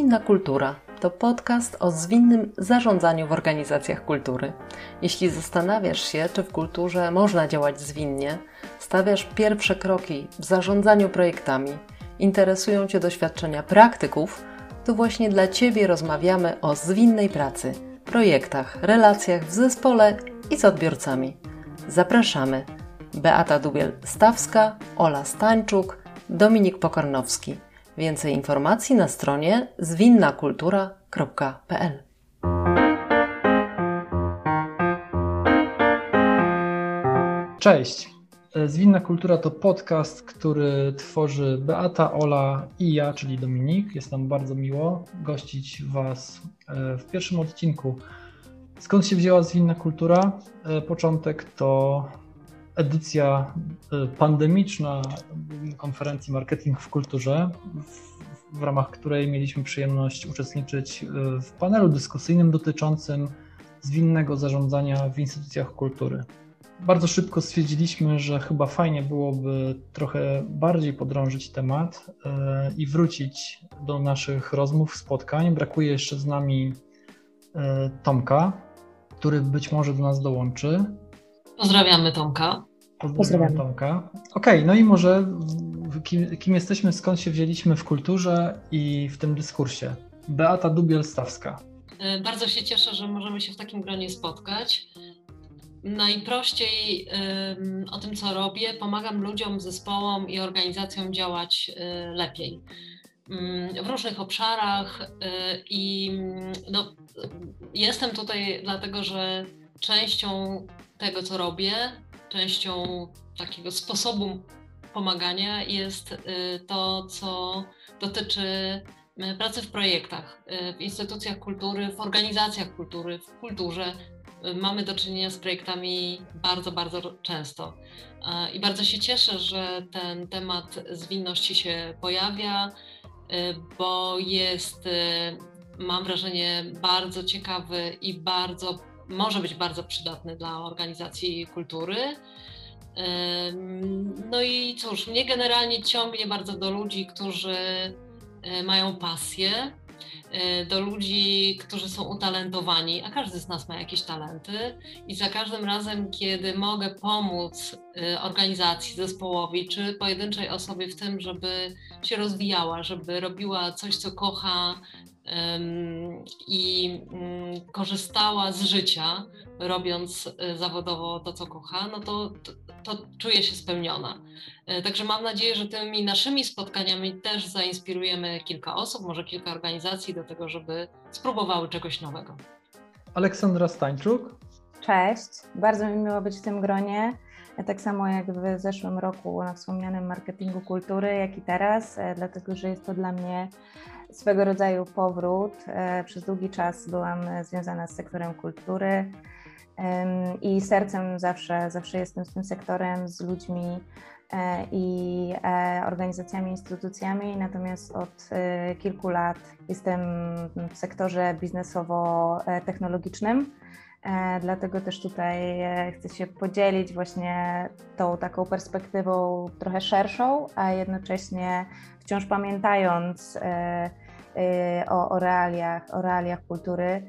Zwinna Kultura to podcast o zwinnym zarządzaniu w organizacjach kultury. Jeśli zastanawiasz się, czy w kulturze można działać zwinnie, stawiasz pierwsze kroki w zarządzaniu projektami, interesują Cię doświadczenia praktyków, to właśnie dla Ciebie rozmawiamy o zwinnej pracy, projektach, relacjach w zespole i z odbiorcami. Zapraszamy! Beata Dubiel-Stawska, Ola Stańczuk, Dominik Pokornowski. Więcej informacji na stronie zwinnakultura.pl. Cześć! Zwinna Kultura to podcast, który tworzy Beata, Ola i ja, czyli Dominik. Jest nam bardzo miło gościć Was w pierwszym odcinku. Skąd się wzięła Zwinna Kultura? Początek to edycja pandemiczna konferencji Marketing w Kulturze, w ramach której mieliśmy przyjemność uczestniczyć w panelu dyskusyjnym dotyczącym zwinnego zarządzania w instytucjach kultury. Bardzo szybko stwierdziliśmy, że chyba fajnie byłoby trochę bardziej podrążyć temat i wrócić do naszych rozmów, spotkań. Brakuje jeszcze z nami Tomka, który być może do nas dołączy. Pozdrawiamy Tomka. Pozdrawiamy Tomka. Okej, no i może kim jesteśmy, skąd się wzięliśmy w kulturze i w tym dyskursie? Beata Dubiel-Stawska. Bardzo się cieszę, że możemy się w takim gronie spotkać. Najprościej o tym, co robię, pomagam ludziom, zespołom i organizacjom działać lepiej w różnych obszarach i jestem tutaj dlatego, że częścią tego, co robię, częścią takiego sposobu pomagania jest to, co dotyczy pracy w projektach, w instytucjach kultury, w organizacjach kultury, w kulturze. Mamy do czynienia z projektami bardzo, bardzo często i bardzo się cieszę, że ten temat zwinności się pojawia, bo jest, mam wrażenie, bardzo ciekawy i może być bardzo przydatny dla organizacji kultury. No i cóż, mnie generalnie ciągnie bardzo do ludzi, którzy mają pasję, do ludzi, którzy są utalentowani, a każdy z nas ma jakieś talenty i za każdym razem, kiedy mogę pomóc organizacji, zespołowi czy pojedynczej osobie w tym, żeby się rozwijała, żeby robiła coś, co kocha i korzystała z życia, robiąc zawodowo to, co kocha, no to czuję się spełniona. Także mam nadzieję, że tymi naszymi spotkaniami też zainspirujemy kilka osób, może kilka organizacji do tego, żeby spróbowały czegoś nowego. Aleksandra Stańczuk. Cześć, bardzo mi miło być w tym gronie. Tak samo jak w zeszłym roku na wspomnianym marketingu kultury, jak i teraz, dlatego że jest to dla mnie swego rodzaju powrót. Przez długi czas byłam związana z sektorem kultury i sercem zawsze jestem z tym sektorem, z ludźmi i organizacjami, instytucjami, natomiast od kilku lat jestem w sektorze biznesowo-technologicznym. Dlatego też tutaj chcę się podzielić właśnie tą taką perspektywą trochę szerszą, a jednocześnie wciąż pamiętając o realiach kultury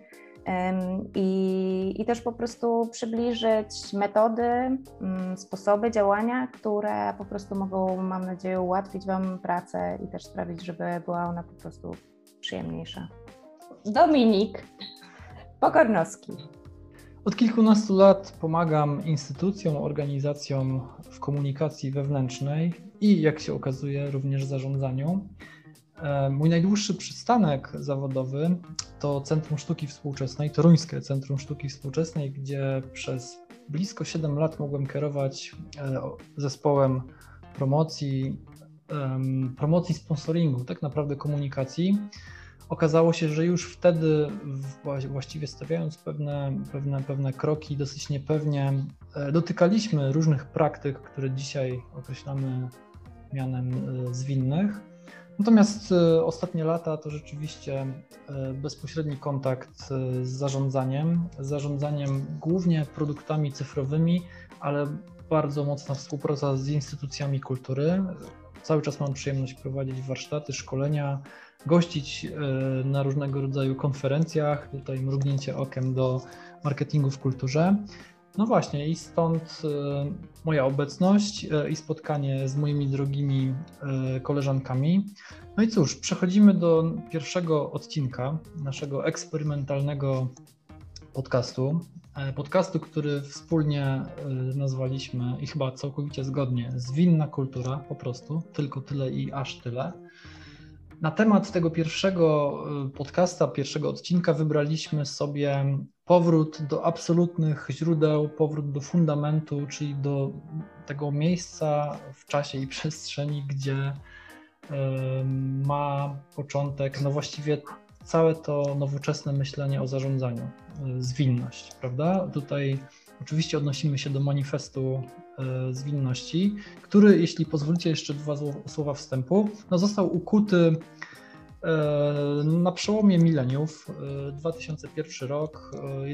i też po prostu przybliżyć metody, sposoby działania, które po prostu mogą, mam nadzieję, ułatwić Wam pracę i też sprawić, żeby była ona po prostu przyjemniejsza. Dominik Pokornowski. Od kilkunastu lat pomagam instytucjom, organizacjom w komunikacji wewnętrznej i, jak się okazuje, również zarządzaniu. Mój najdłuższy przystanek zawodowy to Centrum Sztuki Współczesnej, Toruńskie Centrum Sztuki Współczesnej, gdzie przez blisko 7 lat mogłem kierować zespołem promocji sponsoringu, tak naprawdę komunikacji. Okazało się, że już wtedy, właściwie stawiając pewne kroki dosyć niepewnie, dotykaliśmy różnych praktyk, które dzisiaj określamy mianem zwinnych. Natomiast ostatnie lata to rzeczywiście bezpośredni kontakt z zarządzaniem głównie produktami cyfrowymi, ale bardzo mocna współpraca z instytucjami kultury. cały czas mam przyjemność prowadzić warsztaty, szkolenia, gościć na różnego rodzaju konferencjach, tutaj mrugnięcie okiem do marketingu w kulturze. No właśnie i stąd moja obecność i spotkanie z moimi drogimi koleżankami. No i cóż, przechodzimy do pierwszego odcinka naszego eksperymentalnego podcastu, który wspólnie nazwaliśmy i chyba całkowicie zgodnie Zwinna kultura, po prostu, tylko tyle i aż tyle. Na temat tego pierwszego pierwszego odcinka wybraliśmy sobie powrót do absolutnych źródeł, powrót do fundamentu, czyli do tego miejsca w czasie i przestrzeni, gdzie ma początek, no właściwie całe to nowoczesne myślenie o zarządzaniu, zwinność, prawda? Tutaj oczywiście odnosimy się do manifestu zwinności, który, jeśli pozwolicie jeszcze 2 słowa wstępu, no został ukuty na przełomie mileniów, 2001 rok,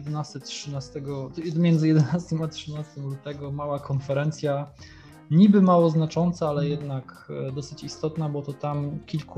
między 11 a 13 lutego mała konferencja, niby mało znacząca, ale jednak dosyć istotna, bo to tam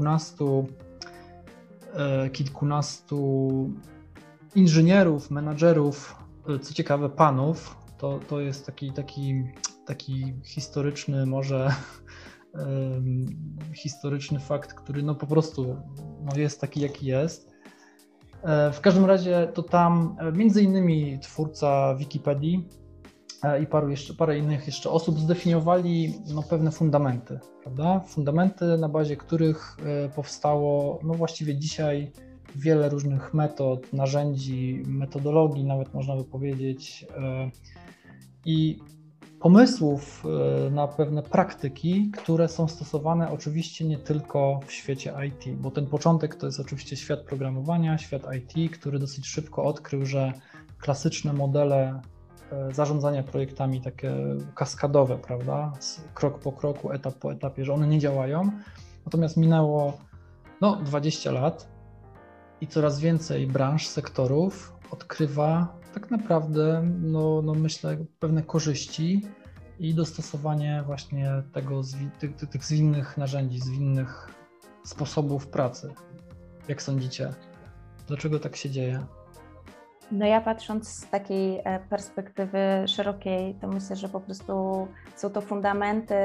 kilkunastu inżynierów, menadżerów, co ciekawe panów, to jest taki historyczny może historyczny fakt, który no po prostu jest taki jaki jest. W każdym razie to tam między innymi twórca Wikipedii i parę innych jeszcze osób zdefiniowali pewne fundamenty, prawda? Fundamenty, na bazie których powstało właściwie dzisiaj wiele różnych metod, narzędzi, metodologii nawet można by powiedzieć i pomysłów na pewne praktyki, które są stosowane oczywiście nie tylko w świecie IT, bo ten początek to jest oczywiście świat programowania, świat IT, który dosyć szybko odkrył, że klasyczne modele zarządzania projektami, takie kaskadowe, prawda, krok po kroku, etap po etapie, że one nie działają. Natomiast minęło 20 lat i coraz więcej branż, sektorów odkrywa tak naprawdę, myślę, pewne korzyści i dostosowanie właśnie tych zwinnych narzędzi, zwinnych sposobów pracy. Jak sądzicie? Dlaczego tak się dzieje? No ja patrząc z takiej perspektywy szerokiej, to myślę, że po prostu są to fundamenty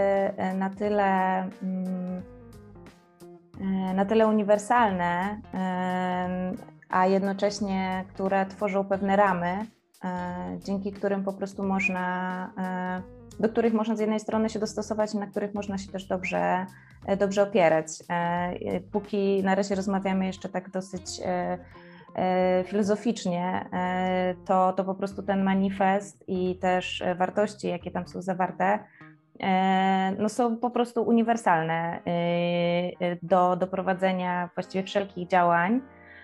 na tyle uniwersalne, a jednocześnie, które tworzą pewne ramy, dzięki którym po prostu do których można z jednej strony się dostosować, na których można się też dobrze opierać. Póki na razie rozmawiamy jeszcze tak dosyć filozoficznie, to po prostu ten manifest i też wartości, jakie tam są zawarte, są po prostu uniwersalne do prowadzenia właściwie wszelkich działań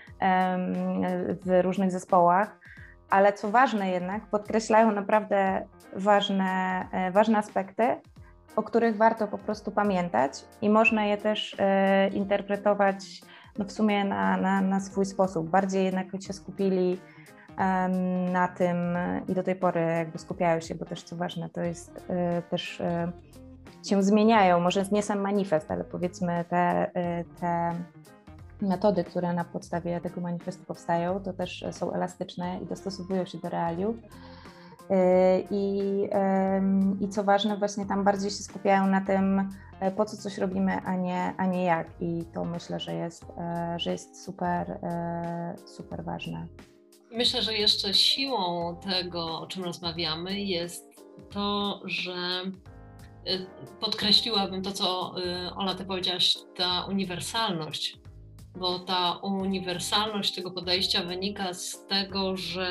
w różnych zespołach, ale co ważne jednak, podkreślają naprawdę ważne aspekty, o których warto po prostu pamiętać i można je też interpretować w sumie na swój sposób. Bardziej jednak się skupili na tym i do tej pory jakby skupiają się, bo też co ważne, to jest też się zmieniają, może nie sam manifest, ale powiedzmy te metody, które na podstawie tego manifestu powstają, to też są elastyczne i dostosowują się do realiów. I co ważne, właśnie tam bardziej się skupiają na tym, po co coś robimy, a nie jak. I to myślę, że jest super ważne. Myślę, że jeszcze siłą tego, o czym rozmawiamy, jest to, że podkreśliłabym to, co Ola, ty powiedziałaś, ta uniwersalność, bo ta uniwersalność tego podejścia wynika z tego, że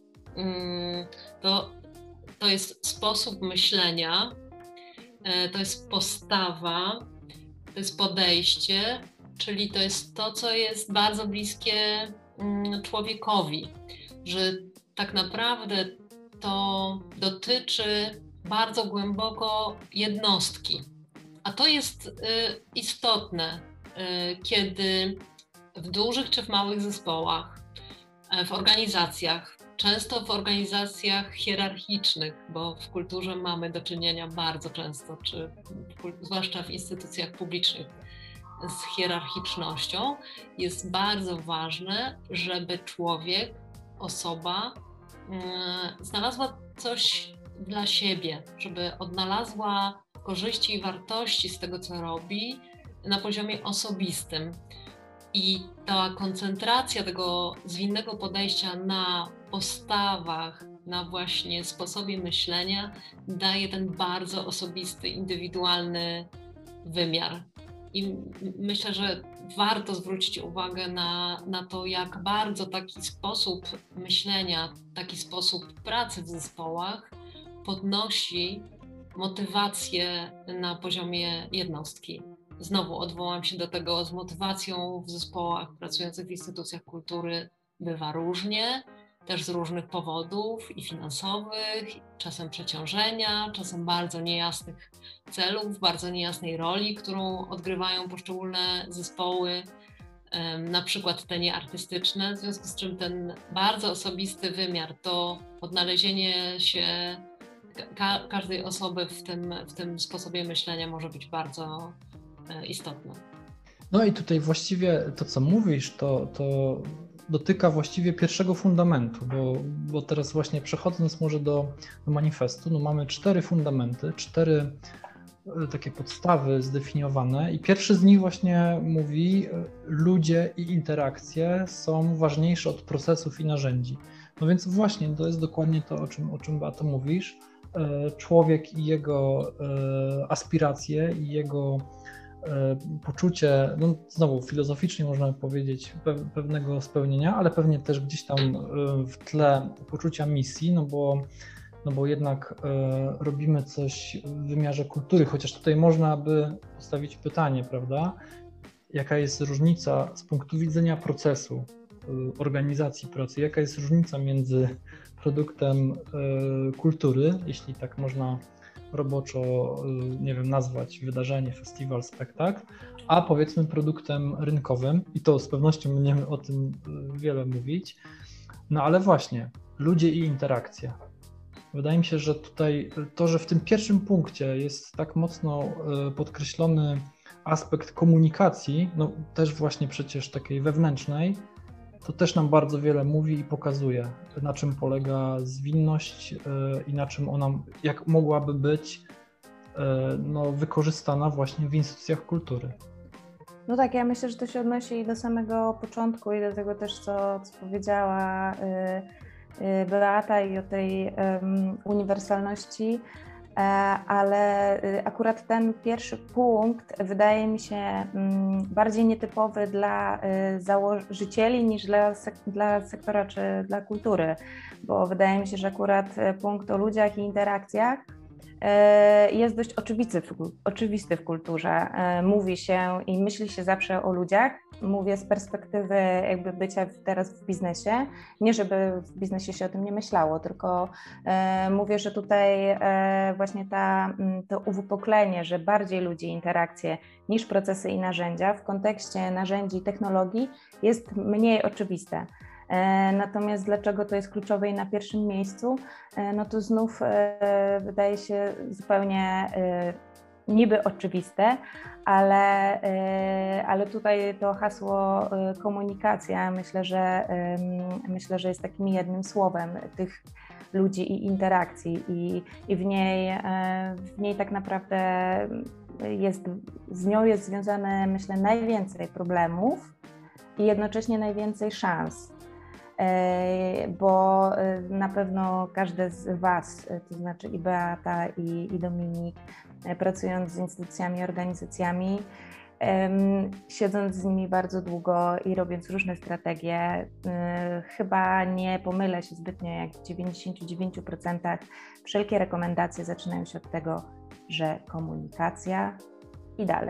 to jest sposób myślenia, to jest postawa, to jest podejście, czyli to jest to, co jest bardzo bliskie człowiekowi, że tak naprawdę to dotyczy bardzo głęboko jednostki. A to jest istotne, kiedy w dużych czy w małych zespołach, w organizacjach często w organizacjach hierarchicznych, bo w kulturze mamy do czynienia bardzo często, zwłaszcza w instytucjach publicznych, z hierarchicznością, jest bardzo ważne, żeby człowiek, osoba znalazła coś dla siebie, żeby odnalazła korzyści i wartości z tego, co robi na poziomie osobistym. I ta koncentracja tego zwinnego podejścia na postawach, na właśnie sposobie myślenia daje ten bardzo osobisty, indywidualny wymiar. I myślę, że warto zwrócić uwagę na to, jak bardzo taki sposób myślenia, taki sposób pracy w zespołach podnosi motywację na poziomie jednostki. Znowu odwołam się do tego, z motywacją w zespołach pracujących w instytucjach kultury bywa różnie, też z różnych powodów i finansowych, czasem przeciążenia, czasem bardzo niejasnych celów, bardzo niejasnej roli, którą odgrywają poszczególne zespoły, na przykład te nieartystyczne, w związku z czym ten bardzo osobisty wymiar, to odnalezienie się każdej osoby w tym sposobie myślenia może być bardzo istotne. No i tutaj właściwie to, co mówisz, to dotyka właściwie pierwszego fundamentu, bo teraz właśnie przechodząc może do manifestu, no mamy 4 fundamenty, 4 takie podstawy zdefiniowane i pierwszy z nich właśnie mówi, ludzie i interakcje są ważniejsze od procesów i narzędzi. No więc właśnie to jest dokładnie to, o czym Beato mówisz. Człowiek i jego aspiracje i jego poczucie, no znowu filozoficznie można powiedzieć, pewnego spełnienia, ale pewnie też gdzieś tam w tle poczucia misji, no bo jednak robimy coś w wymiarze kultury, chociaż tutaj można by postawić pytanie, prawda? Jaka jest różnica z punktu widzenia procesu, organizacji pracy, jaka jest różnica między produktem kultury, jeśli tak można roboczo, nie wiem, nazwać wydarzenie, festiwal, spektakl, a powiedzmy produktem rynkowym i to z pewnością będziemy o tym wiele mówić, no ale właśnie, ludzie i interakcje. Wydaje mi się, że tutaj to, że w tym pierwszym punkcie jest tak mocno podkreślony aspekt komunikacji, no też właśnie przecież takiej wewnętrznej, to też nam bardzo wiele mówi i pokazuje, na czym polega zwinność i na czym ona, jak mogłaby być wykorzystana właśnie w instytucjach kultury. No tak, ja myślę, że to się odnosi do samego początku i do tego też, co powiedziała Beata i o tej uniwersalności, ale akurat ten pierwszy punkt wydaje mi się bardziej nietypowy dla założycieli niż dla sektora czy dla kultury, bo wydaje mi się, że akurat punkt o ludziach i interakcjach jest dość oczywisty w kulturze. Mówi się i myśli się zawsze o ludziach. Mówię z perspektywy jakby bycia teraz w biznesie. Nie, żeby w biznesie się o tym nie myślało, tylko mówię, że tutaj właśnie to uwypuklenie, że bardziej ludzi i interakcje niż procesy i narzędzia w kontekście narzędzi i technologii jest mniej oczywiste. Natomiast dlaczego to jest kluczowe i na pierwszym miejscu, no to znów wydaje się zupełnie niby oczywiste, ale tutaj to hasło komunikacja myślę, że jest takim jednym słowem tych ludzi i interakcji i w niej tak naprawdę z nią jest związane, myślę, najwięcej problemów i jednocześnie najwięcej szans. Bo na pewno każdy z Was, to znaczy i Beata, i Dominik, pracując z instytucjami, organizacjami, siedząc z nimi bardzo długo i robiąc różne strategie, chyba nie pomylę się zbytnio, jak w 99% wszelkie rekomendacje zaczynają się od tego, że komunikacja i dalej.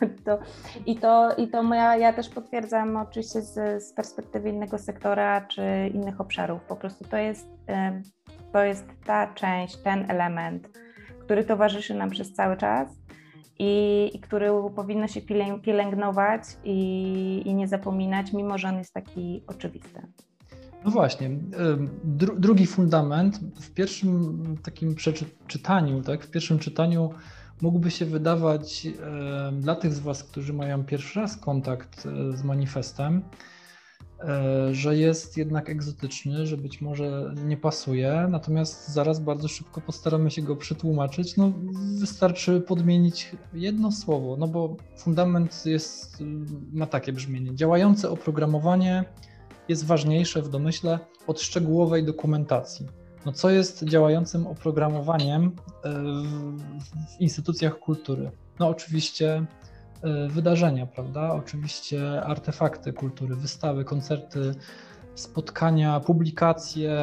Ja też potwierdzam oczywiście z perspektywy innego sektora czy innych obszarów. Po prostu to jest ta część, ten element, który towarzyszy nam przez cały czas i który powinno się pielęgnować i nie zapominać, mimo że on jest taki oczywisty. No właśnie, drugi fundament w pierwszym takim przeczytaniu, tak, w pierwszym czytaniu mógłby się wydawać dla tych z Was, którzy mają pierwszy raz kontakt z manifestem, że jest jednak egzotyczny, że być może nie pasuje, natomiast zaraz bardzo szybko postaramy się go przetłumaczyć. No, wystarczy podmienić jedno słowo, no bo fundament ma takie brzmienie. Działające oprogramowanie jest ważniejsze w domyśle od szczegółowej dokumentacji. No co jest działającym oprogramowaniem w instytucjach kultury? No oczywiście wydarzenia, prawda? Oczywiście artefakty kultury, wystawy, koncerty, spotkania, publikacje,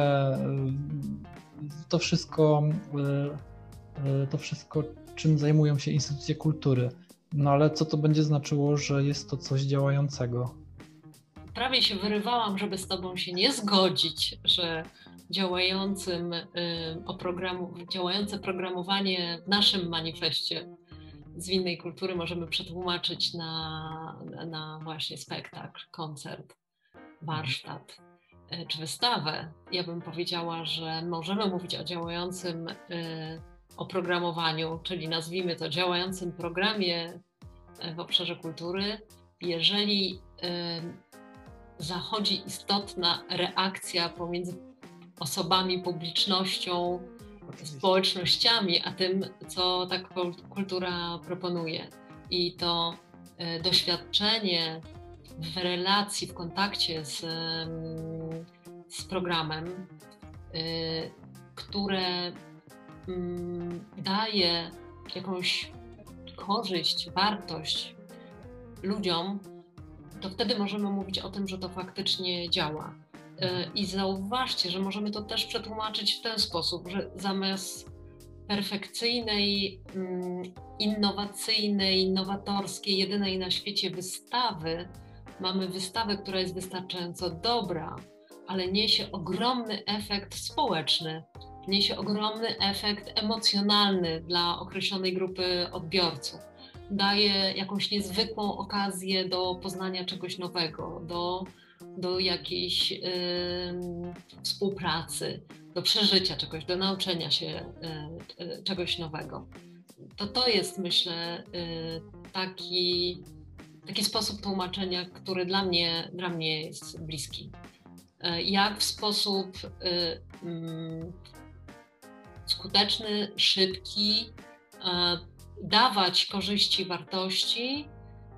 to wszystko, czym zajmują się instytucje kultury. No ale co to będzie znaczyło, że jest to coś działającego? Prawie się wyrywałam, żeby z Tobą się nie zgodzić, że działające programowanie w naszym manifestie zwinnej kultury możemy przetłumaczyć na właśnie spektakl, koncert, warsztat czy wystawę. Ja bym powiedziała, że możemy mówić o działającym oprogramowaniu, czyli nazwijmy to działającym programie w obszarze kultury, jeżeli zachodzi istotna reakcja pomiędzy osobami, publicznością, społecznościami, a tym, co ta kultura proponuje. I to doświadczenie w relacji, w kontakcie z programem, które daje jakąś korzyść, wartość ludziom, to wtedy możemy mówić o tym, że to faktycznie działa. I zauważcie, że możemy to też przetłumaczyć w ten sposób, że zamiast perfekcyjnej, innowacyjnej, nowatorskiej, jedynej na świecie wystawy, mamy wystawę, która jest wystarczająco dobra, ale niesie ogromny efekt społeczny, niesie ogromny efekt emocjonalny dla określonej grupy odbiorców. Daje jakąś niezwykłą okazję do poznania czegoś nowego, do jakiejś współpracy, do przeżycia czegoś, do nauczenia się czegoś nowego. To jest, myślę, taki sposób tłumaczenia, który dla mnie jest bliski. Jak w sposób skuteczny, szybki dawać korzyści, wartości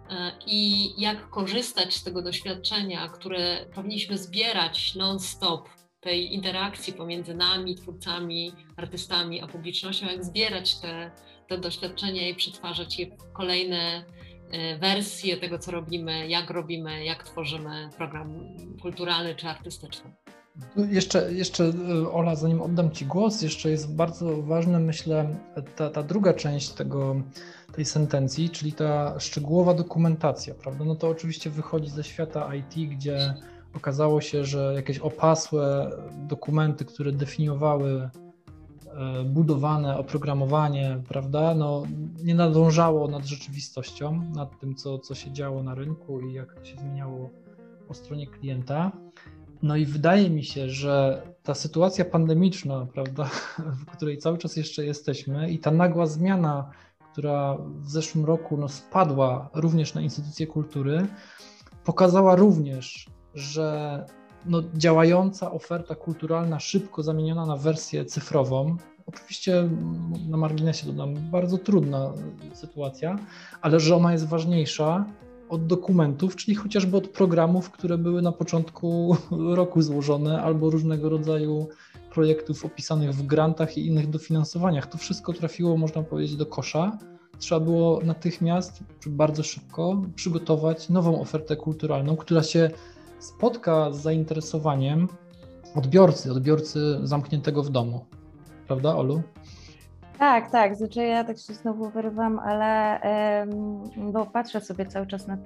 i jak korzystać z tego doświadczenia, które powinniśmy zbierać non-stop, tej interakcji pomiędzy nami, twórcami, artystami, a publicznością, jak zbierać te doświadczenia i przetwarzać je w kolejne wersje tego, co robimy, jak tworzymy program kulturalny czy artystyczny. Jeszcze Ola, zanim oddam Ci głos, jeszcze jest bardzo ważna, myślę, ta druga część tej sentencji, czyli ta szczegółowa dokumentacja, prawda? No to oczywiście wychodzi ze świata IT, gdzie okazało się, że jakieś opasłe dokumenty, które definiowały budowane oprogramowanie, prawda, no nie nadążało nad rzeczywistością, nad tym, co się działo na rynku i jak to się zmieniało po stronie klienta. No i wydaje mi się, że ta sytuacja pandemiczna, prawda, w której cały czas jeszcze jesteśmy, i ta nagła zmiana, która w zeszłym roku spadła również na instytucje kultury, pokazała również, że działająca oferta kulturalna szybko zamieniona na wersję cyfrową, oczywiście na marginesie dodam, bardzo trudna sytuacja, ale że ona jest ważniejsza od dokumentów, czyli chociażby od programów, które były na początku roku złożone, albo różnego rodzaju projektów opisanych w grantach i innych dofinansowaniach. To wszystko trafiło, można powiedzieć, do kosza. Trzeba było natychmiast, czy bardzo szybko przygotować nową ofertę kulturalną, która się spotka z zainteresowaniem odbiorcy zamkniętego w domu. Prawda, Olu? Tak. Znaczy ja tak się znowu wyrywam, ale bo patrzę sobie cały czas na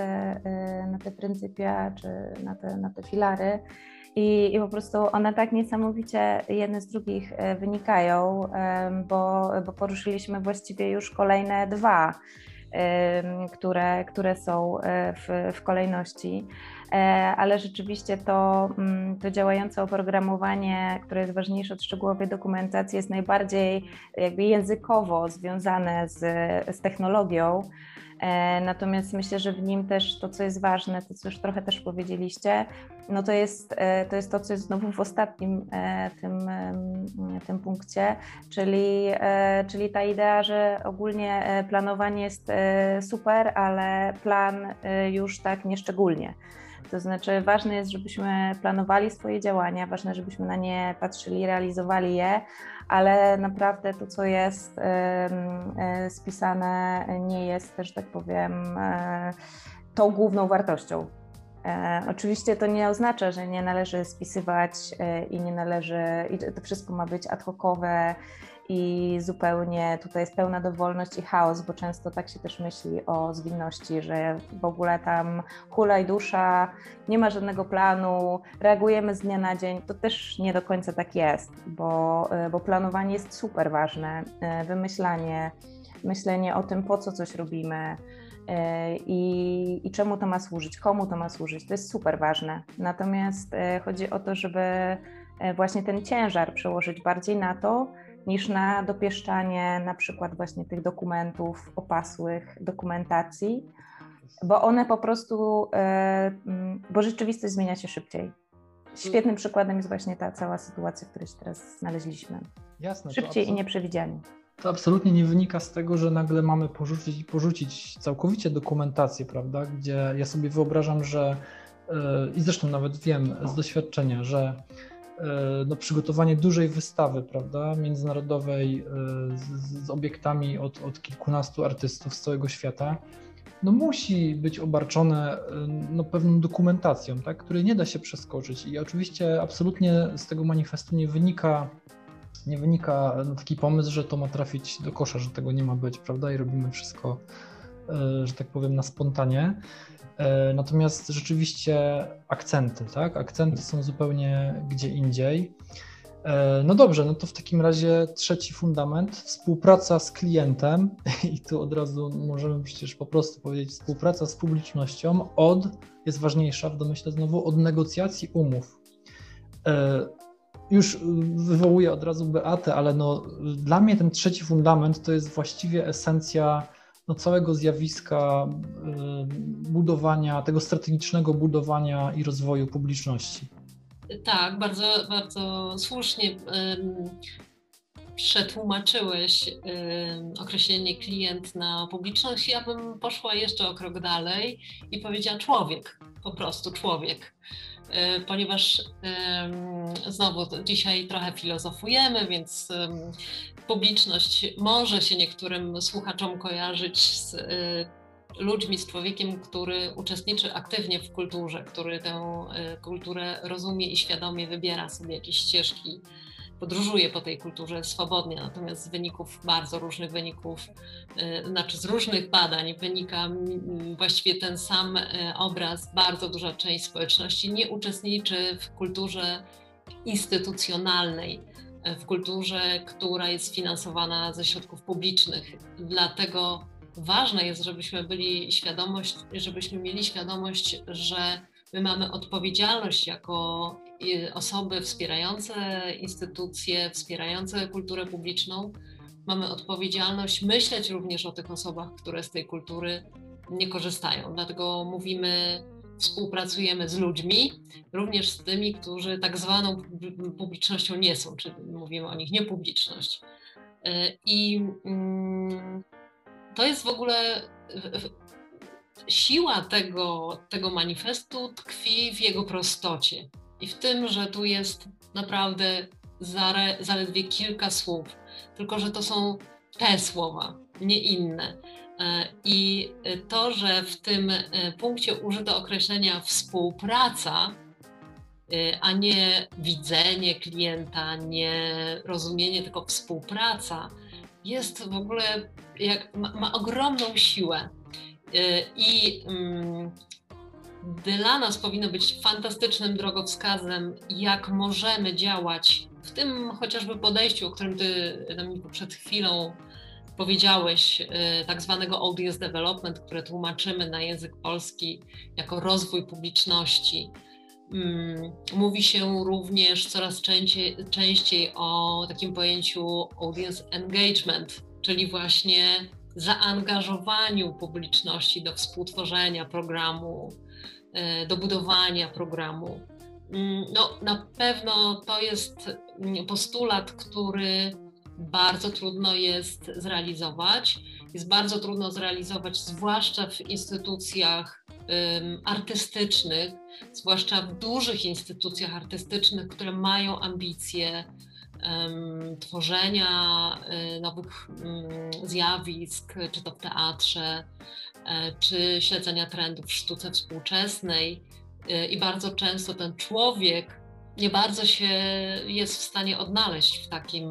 te pryncypia, czy na te filary i po prostu one tak niesamowicie jedne z drugich wynikają, bo poruszyliśmy właściwie już kolejne dwa, które są w kolejności. ale rzeczywiście to działające oprogramowanie, które jest ważniejsze od szczegółowej dokumentacji, jest najbardziej jakby językowo związane z technologią. Natomiast myślę, że w nim też to, co jest ważne, to co już trochę też powiedzieliście, no to jest to, co jest znowu w ostatnim tym punkcie, czyli ta idea, że ogólnie planowanie jest super, ale plan już tak nieszczególnie. To znaczy ważne jest, żebyśmy planowali swoje działania, ważne, żebyśmy na nie patrzyli, realizowali je, ale naprawdę to, co jest spisane, nie jest, że tak powiem, tą główną wartością. Oczywiście to nie oznacza, że nie należy spisywać i to wszystko ma być ad hocowe i zupełnie tutaj jest pełna dowolność i chaos, bo często tak się też myśli o zwinności, że w ogóle tam hulaj dusza, nie ma żadnego planu, reagujemy z dnia na dzień. To też nie do końca tak jest, bo planowanie jest super ważne, wymyślanie, myślenie o tym, po co coś robimy i czemu to ma służyć, komu to ma służyć, to jest super ważne. Natomiast chodzi o to, żeby właśnie ten ciężar przełożyć bardziej na to, niż na dopieszczanie na przykład właśnie tych dokumentów opasłych, dokumentacji, bo one po prostu, bo rzeczywistość zmienia się szybciej. Świetnym przykładem jest właśnie ta cała sytuacja, w której się teraz znaleźliśmy. Jasne. Szybciej i nieprzewidzianie. To absolutnie nie wynika z tego, że nagle mamy porzucić całkowicie dokumentację, prawda? Gdzie ja sobie wyobrażam, że i zresztą nawet wiem z doświadczenia, że przygotowanie dużej wystawy, prawda, międzynarodowej z obiektami od kilkunastu artystów z całego świata, musi być obarczone pewną dokumentacją, tak, której nie da się przeskoczyć. I oczywiście absolutnie z tego manifestu nie wynika taki pomysł, że to ma trafić do kosza, że tego nie ma być, prawda, i robimy wszystko, że tak powiem, na spontanie. Natomiast rzeczywiście akcenty, tak? Akcenty są zupełnie gdzie indziej. No dobrze, to w takim razie trzeci fundament, współpraca z klientem i tu od razu możemy przecież po prostu powiedzieć współpraca z publicznością jest ważniejsza w domyśle znowu od negocjacji umów. Już wywołuję od razu Beatę, ale dla mnie ten trzeci fundament to jest właściwie esencja całego zjawiska budowania, tego strategicznego budowania i rozwoju publiczności. Tak, bardzo, bardzo słusznie przetłumaczyłeś określenie klient na publiczność. Ja bym poszła jeszcze o krok dalej i powiedziała człowiek, po prostu człowiek. Ponieważ znowu dzisiaj trochę filozofujemy, więc publiczność może się niektórym słuchaczom kojarzyć z ludźmi, z człowiekiem, który uczestniczy aktywnie w kulturze, który tę kulturę rozumie i świadomie wybiera sobie jakieś ścieżki, podróżuje po tej kulturze swobodnie, natomiast z wyników, bardzo różnych wyników, z różnych badań wynika właściwie ten sam obraz. Bardzo duża część społeczności nie uczestniczy w kulturze instytucjonalnej, w kulturze, która jest finansowana ze środków publicznych. Dlatego ważne jest, żebyśmy mieli świadomość, że my mamy odpowiedzialność jako osoby wspierające instytucje, wspierające kulturę publiczną. Mamy odpowiedzialność myśleć również o tych osobach, które z tej kultury nie korzystają. Dlatego współpracujemy z ludźmi, również z tymi, którzy tak zwaną publicznością nie są, czyli mówimy o nich niepubliczność. I to jest w ogóle siła tego manifestu tkwi w jego prostocie i w tym, że tu jest naprawdę zaledwie kilka słów, tylko że to są te słowa, nie inne. I to, że w tym punkcie użyto określenia współpraca, a nie widzenie klienta, nie rozumienie, tylko współpraca, jest w ogóle, ma ogromną siłę. I dla nas powinno być fantastycznym drogowskazem, jak możemy działać w tym chociażby podejściu, o którym Ty, Dominiku, przed chwilą powiedziałeś, tak zwanego audience development, które tłumaczymy na język polski jako rozwój publiczności. Mówi się również coraz częściej o takim pojęciu audience engagement, czyli właśnie zaangażowaniu publiczności do współtworzenia programu, do budowania programu. No, na pewno to jest postulat, który bardzo trudno jest zrealizować. Jest bardzo trudno zrealizować, zwłaszcza w instytucjach artystycznych, zwłaszcza w dużych instytucjach artystycznych, które mają ambicje tworzenia nowych zjawisk, czy to w teatrze, czy śledzenia trendów w sztuce współczesnej. I bardzo często ten człowiek nie bardzo się jest w stanie odnaleźć w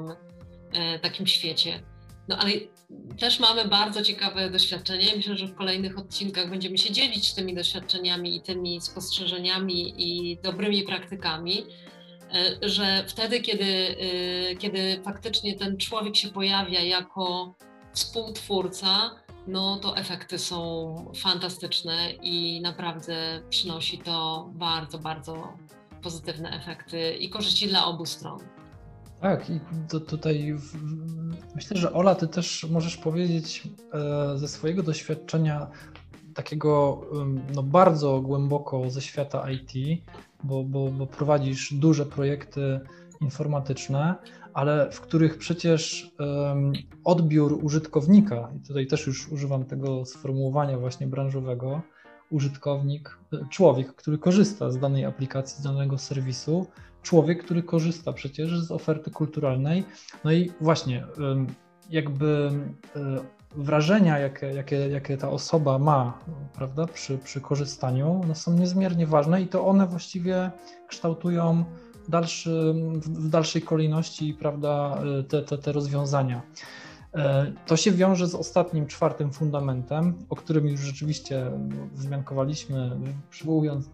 takim świecie. No ale też mamy bardzo ciekawe doświadczenie. Myślę, że w kolejnych odcinkach będziemy się dzielić tymi doświadczeniami i tymi spostrzeżeniami i dobrymi praktykami, że wtedy, kiedy faktycznie ten człowiek się pojawia jako współtwórca, no to efekty są fantastyczne i naprawdę przynosi to bardzo, bardzo pozytywne efekty i korzyści dla obu stron. Tak, i tutaj myślę, że Ola, ty też możesz powiedzieć ze swojego doświadczenia takiego no, bardzo głęboko ze świata IT, bo prowadzisz duże projekty informatyczne, ale w których przecież odbiór użytkownika, i tutaj też już używam tego sformułowania właśnie branżowego, użytkownik, człowiek, który korzysta z danej aplikacji, z danego serwisu, człowiek, który korzysta przecież z oferty kulturalnej. No i właśnie jakby wrażenia, jakie ta osoba ma, prawda, przy korzystaniu, no są niezmiernie ważne i to one właściwie kształtują w dalszej kolejności, prawda, te rozwiązania. To się wiąże z ostatnim, czwartym fundamentem, o którym już rzeczywiście wzmiankowaliśmy, przywołując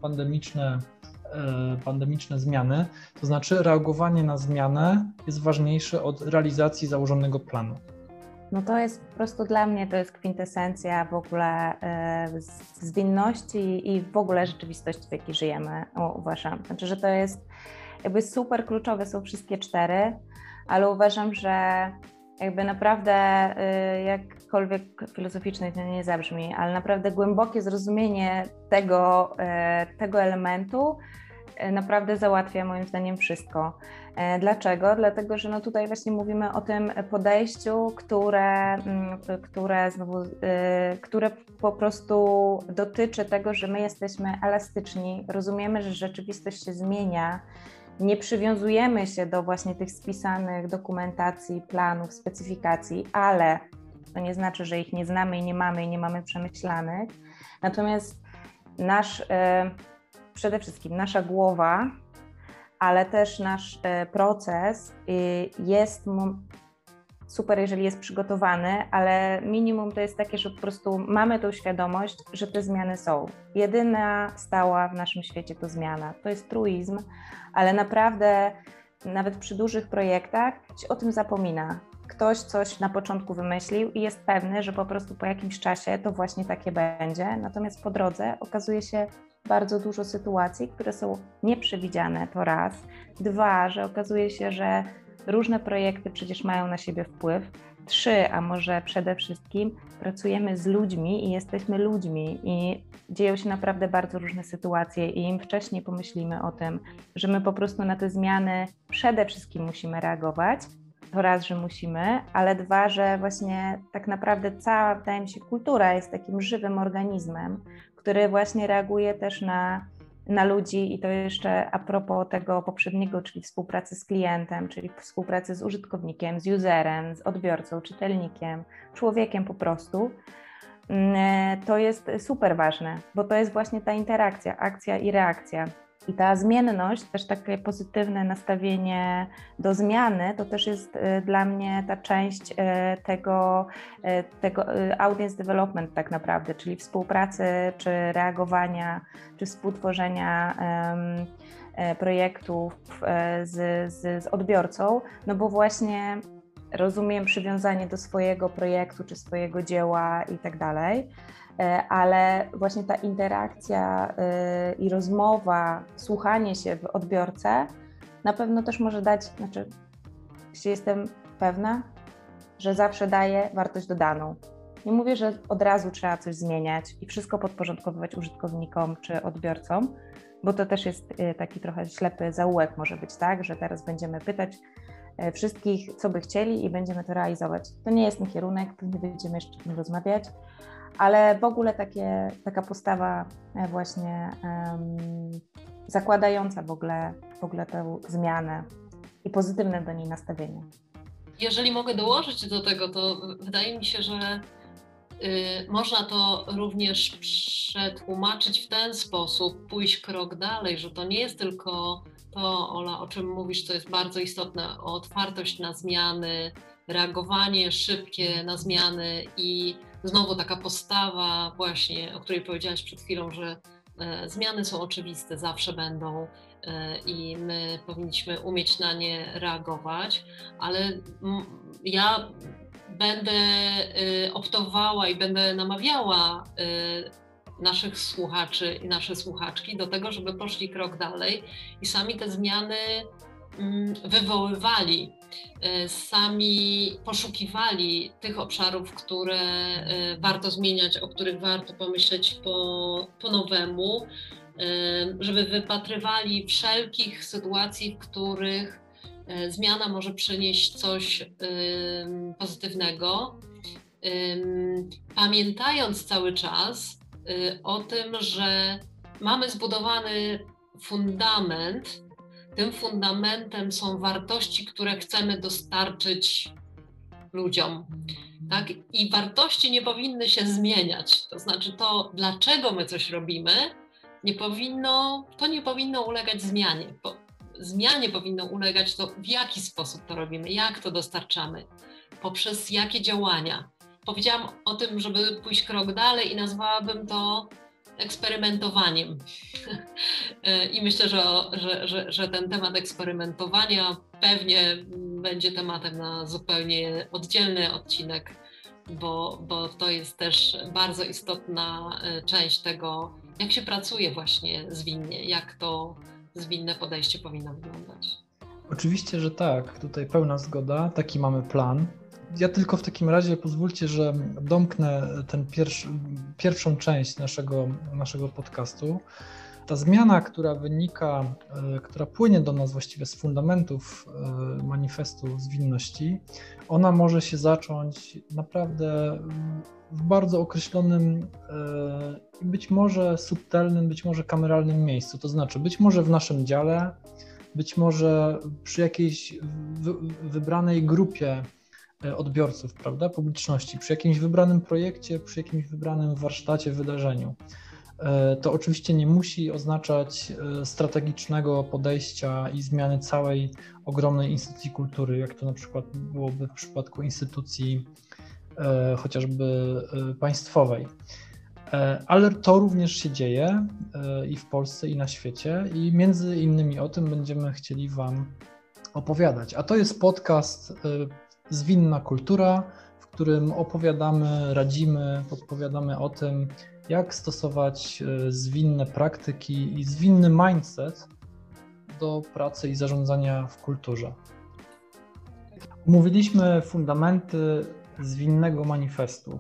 pandemiczne zmiany, to znaczy reagowanie na zmianę jest ważniejsze od realizacji założonego planu. No to jest po prostu dla mnie, to jest kwintesencja w ogóle zwinności i w ogóle rzeczywistości, w jakiej żyjemy, uważam. Znaczy, że to jest jakby super kluczowe, są wszystkie cztery, ale uważam, że jakby naprawdę jakkolwiek filozoficznie to nie zabrzmi, ale naprawdę głębokie zrozumienie tego elementu naprawdę załatwia moim zdaniem wszystko. Dlaczego? Dlatego, że no tutaj właśnie mówimy o tym podejściu, które po prostu dotyczy tego, że my jesteśmy elastyczni, rozumiemy, że rzeczywistość się zmienia, nie przywiązujemy się do właśnie tych spisanych dokumentacji, planów, specyfikacji, ale to nie znaczy, że ich nie znamy i nie mamy przemyślanych. Natomiast przede wszystkim nasza głowa, ale też nasz proces jest super, jeżeli jest przygotowany, ale minimum to jest takie, że po prostu mamy tą świadomość, że te zmiany są. Jedyna stała w naszym świecie to zmiana. To jest truizm, ale naprawdę nawet przy dużych projektach się o tym zapomina. Ktoś coś na początku wymyślił i jest pewny, że po prostu po jakimś czasie to właśnie takie będzie, natomiast po drodze okazuje się bardzo dużo sytuacji, które są nieprzewidziane, to raz. Dwa, że okazuje się, że różne projekty przecież mają na siebie wpływ. Trzy, a może przede wszystkim pracujemy z ludźmi i jesteśmy ludźmi i dzieją się naprawdę bardzo różne sytuacje i im wcześniej pomyślimy o tym, że my po prostu na te zmiany przede wszystkim musimy reagować, to raz, że musimy, ale dwa, że właśnie tak naprawdę cała, wydaje mi się, kultura jest takim żywym organizmem, który właśnie reaguje też na ludzi i to jeszcze a propos tego poprzedniego, czyli współpracy z klientem, czyli współpracy z użytkownikiem, z userem, z odbiorcą, czytelnikiem, człowiekiem po prostu, to jest super ważne, bo to jest właśnie ta interakcja, akcja i reakcja. I ta zmienność, też takie pozytywne nastawienie do zmiany, to też jest dla mnie ta część tego audience development tak naprawdę, czyli współpracy, czy reagowania, czy współtworzenia projektów z odbiorcą, no bo właśnie rozumiem przywiązanie do swojego projektu czy swojego dzieła i tak dalej, ale właśnie ta interakcja i rozmowa, słuchanie się w odbiorcę na pewno też może dać, znaczy jestem pewna, że zawsze daje wartość dodaną. Nie mówię, że od razu trzeba coś zmieniać i wszystko podporządkowywać użytkownikom czy odbiorcom, bo to też jest taki trochę ślepy zaułek może być, tak, że teraz będziemy pytać wszystkich, co by chcieli i będziemy to realizować. To nie jest ten kierunek, pewnie będziemy jeszcze o tym rozmawiać, ale w ogóle taka postawa właśnie zakładająca w ogóle tę zmianę i pozytywne do niej nastawienie. Jeżeli mogę dołożyć do tego, to wydaje mi się, że można to również przetłumaczyć w ten sposób, pójść krok dalej, że to nie jest tylko to, Ola, o czym mówisz, co jest bardzo istotne, otwartość na zmiany, reagowanie szybkie na zmiany i znowu taka postawa właśnie, o której powiedziałaś przed chwilą, że zmiany są oczywiste, zawsze będą i my powinniśmy umieć na nie reagować, ale ja będę optowała i będę namawiała naszych słuchaczy i nasze słuchaczki do tego, żeby poszli krok dalej i sami te zmiany wywoływali, sami poszukiwali tych obszarów, które warto zmieniać, o których warto pomyśleć po nowemu, żeby wypatrywali wszelkich sytuacji, w których zmiana może przynieść coś pozytywnego, pamiętając cały czas o tym, że mamy zbudowany fundament. Tym fundamentem są wartości, które chcemy dostarczyć ludziom. Tak? I wartości nie powinny się zmieniać. To znaczy to, dlaczego my coś robimy, nie powinno ulegać zmianie. Zmianie powinno ulegać to, w jaki sposób to robimy, jak to dostarczamy, poprzez jakie działania. Powiedziałam o tym, żeby pójść krok dalej i nazwałabym to eksperymentowaniem. I myślę, że ten temat eksperymentowania pewnie będzie tematem na zupełnie oddzielny odcinek, bo to jest też bardzo istotna część tego, jak się pracuje właśnie zwinnie, jak to zwinne podejście powinno wyglądać. Oczywiście, że tak, tutaj pełna zgoda, taki mamy plan. Ja tylko w takim razie pozwólcie, że domknę tę pierwszą część naszego podcastu. Ta zmiana, która wynika, która płynie do nas właściwie z fundamentów manifestu zwinności, ona może się zacząć naprawdę w bardzo określonym i być może subtelnym, być może kameralnym miejscu. To znaczy być może w naszym dziale, być może przy jakiejś wybranej grupie odbiorców, prawda, publiczności, przy jakimś wybranym projekcie, przy jakimś wybranym warsztacie, wydarzeniu. To oczywiście nie musi oznaczać strategicznego podejścia i zmiany całej ogromnej instytucji kultury, jak to na przykład byłoby w przypadku instytucji chociażby państwowej. Ale to również się dzieje i w Polsce, i na świecie, i między innymi o tym będziemy chcieli Wam opowiadać. A to jest podcast Zwinna Kultura, w którym opowiadamy, radzimy, podpowiadamy o tym, jak stosować zwinne praktyki i zwinny mindset do pracy i zarządzania w kulturze. Omówiliśmy fundamenty zwinnego manifestu,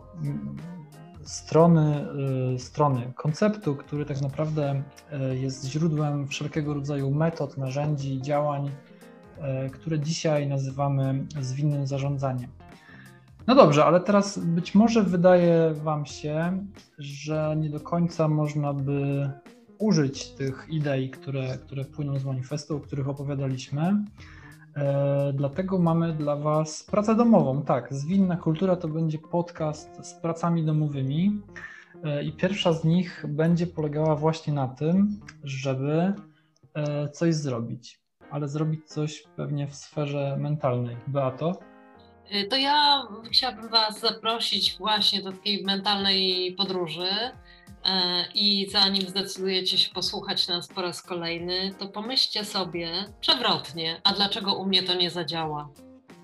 strony konceptu, który tak naprawdę jest źródłem wszelkiego rodzaju metod, narzędzi, działań, które dzisiaj nazywamy zwinnym zarządzaniem. No dobrze, ale teraz być może wydaje Wam się, że nie do końca można by użyć tych idei, które płyną z manifestu, o których opowiadaliśmy. Dlatego mamy dla Was pracę domową. Tak, Zwinna Kultura to będzie podcast z pracami domowymi i pierwsza z nich będzie polegała właśnie na tym, żeby coś zrobić, ale zrobić coś pewnie w sferze mentalnej. Beato? To ja chciałabym Was zaprosić właśnie do takiej mentalnej podróży i zanim zdecydujecie się posłuchać nas po raz kolejny, to pomyślcie sobie przewrotnie, a dlaczego u mnie to nie zadziała?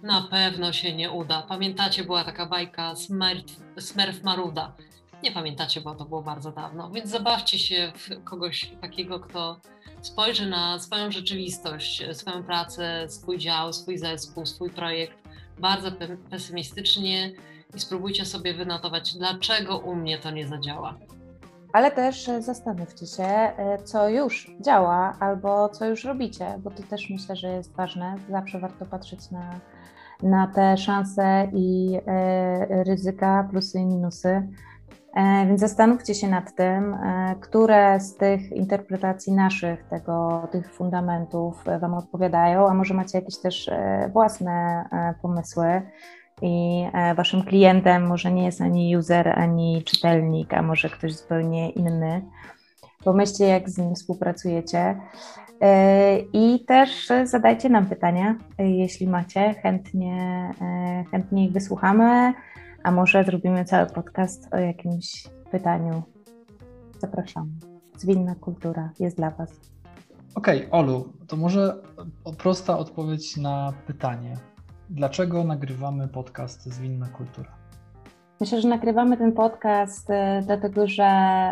Na pewno się nie uda. Pamiętacie, była taka bajka Smerf Maruda. Nie pamiętacie, bo to było bardzo dawno. Więc zabawcie się w kogoś takiego, kto spojrzy na swoją rzeczywistość, swoją pracę, swój dział, swój zespół, swój projekt bardzo pesymistycznie i spróbujcie sobie wynotować, dlaczego u mnie to nie zadziała. Ale też zastanówcie się, co już działa albo co już robicie, bo to też myślę, że jest ważne. Zawsze warto patrzeć na te szanse i ryzyka, plusy i minusy. Więc zastanówcie się nad tym, które z tych interpretacji naszych, tych fundamentów Wam odpowiadają, a może macie jakieś też własne pomysły i Waszym klientem może nie jest ani user, ani czytelnik, a może ktoś zupełnie inny. Pomyślcie, jak z nim współpracujecie i też zadajcie nam pytania, jeśli macie, chętnie ich wysłuchamy. A może zrobimy cały podcast o jakimś pytaniu. Zapraszamy. Zwinna kultura jest dla Was. Okej, Olu, to może prosta odpowiedź na pytanie. Dlaczego nagrywamy podcast Zwinna Kultura? Myślę, że nagrywamy ten podcast dlatego, że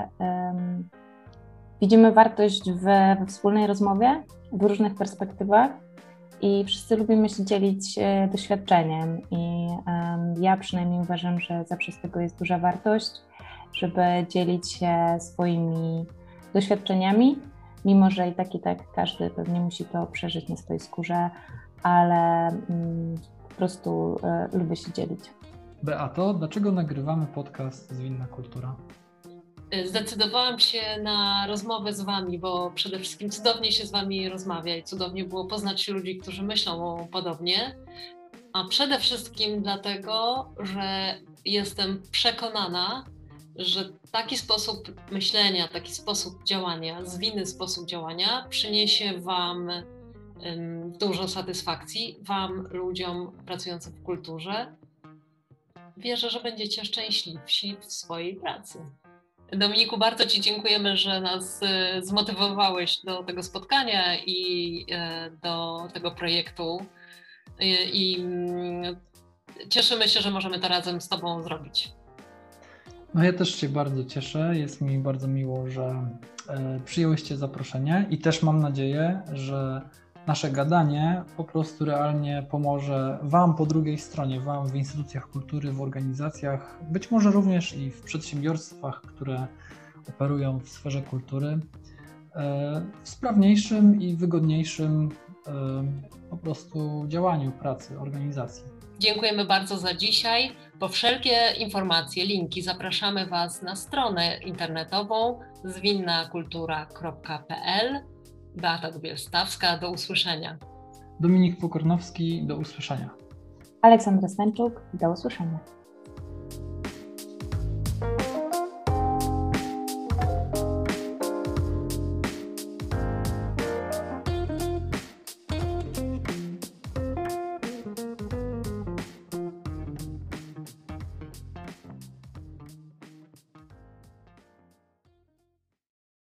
widzimy wartość we wspólnej rozmowie, w różnych perspektywach i wszyscy lubimy się dzielić doświadczeniem i ja przynajmniej uważam, że zawsze z tego jest duża wartość, żeby dzielić się swoimi doświadczeniami, mimo że i tak każdy pewnie musi to przeżyć na swojej skórze, ale po prostu lubię się dzielić. Beato, dlaczego nagrywamy podcast Zwinna Kultura? Zdecydowałam się na rozmowę z Wami, bo przede wszystkim cudownie się z Wami rozmawia i cudownie było poznać ludzi, którzy myślą podobnie, a przede wszystkim dlatego, że jestem przekonana, że taki sposób myślenia, taki sposób działania, zwinny sposób działania przyniesie Wam dużo satysfakcji, Wam, ludziom pracującym w kulturze. Wierzę, że będziecie szczęśliwsi w swojej pracy. Dominiku, bardzo Ci dziękujemy, że nas zmotywowałeś do tego spotkania i do tego projektu. I cieszymy się, że możemy to razem z Tobą zrobić. No ja też się bardzo cieszę. Jest mi bardzo miło, że przyjęłyście zaproszenie i też mam nadzieję, że nasze gadanie po prostu realnie pomoże Wam po drugiej stronie, Wam w instytucjach kultury, w organizacjach, być może również i w przedsiębiorstwach, które operują w sferze kultury, w sprawniejszym i wygodniejszym po prostu działaniu, pracy, organizacji. Dziękujemy bardzo za dzisiaj. Po wszelkie informacje, linki zapraszamy Was na stronę internetową zwinnakultura.pl. Beata Dubiel-Stawska, do usłyszenia. Dominik Pokornowski, do usłyszenia. Aleksandra Stańczuk, do usłyszenia.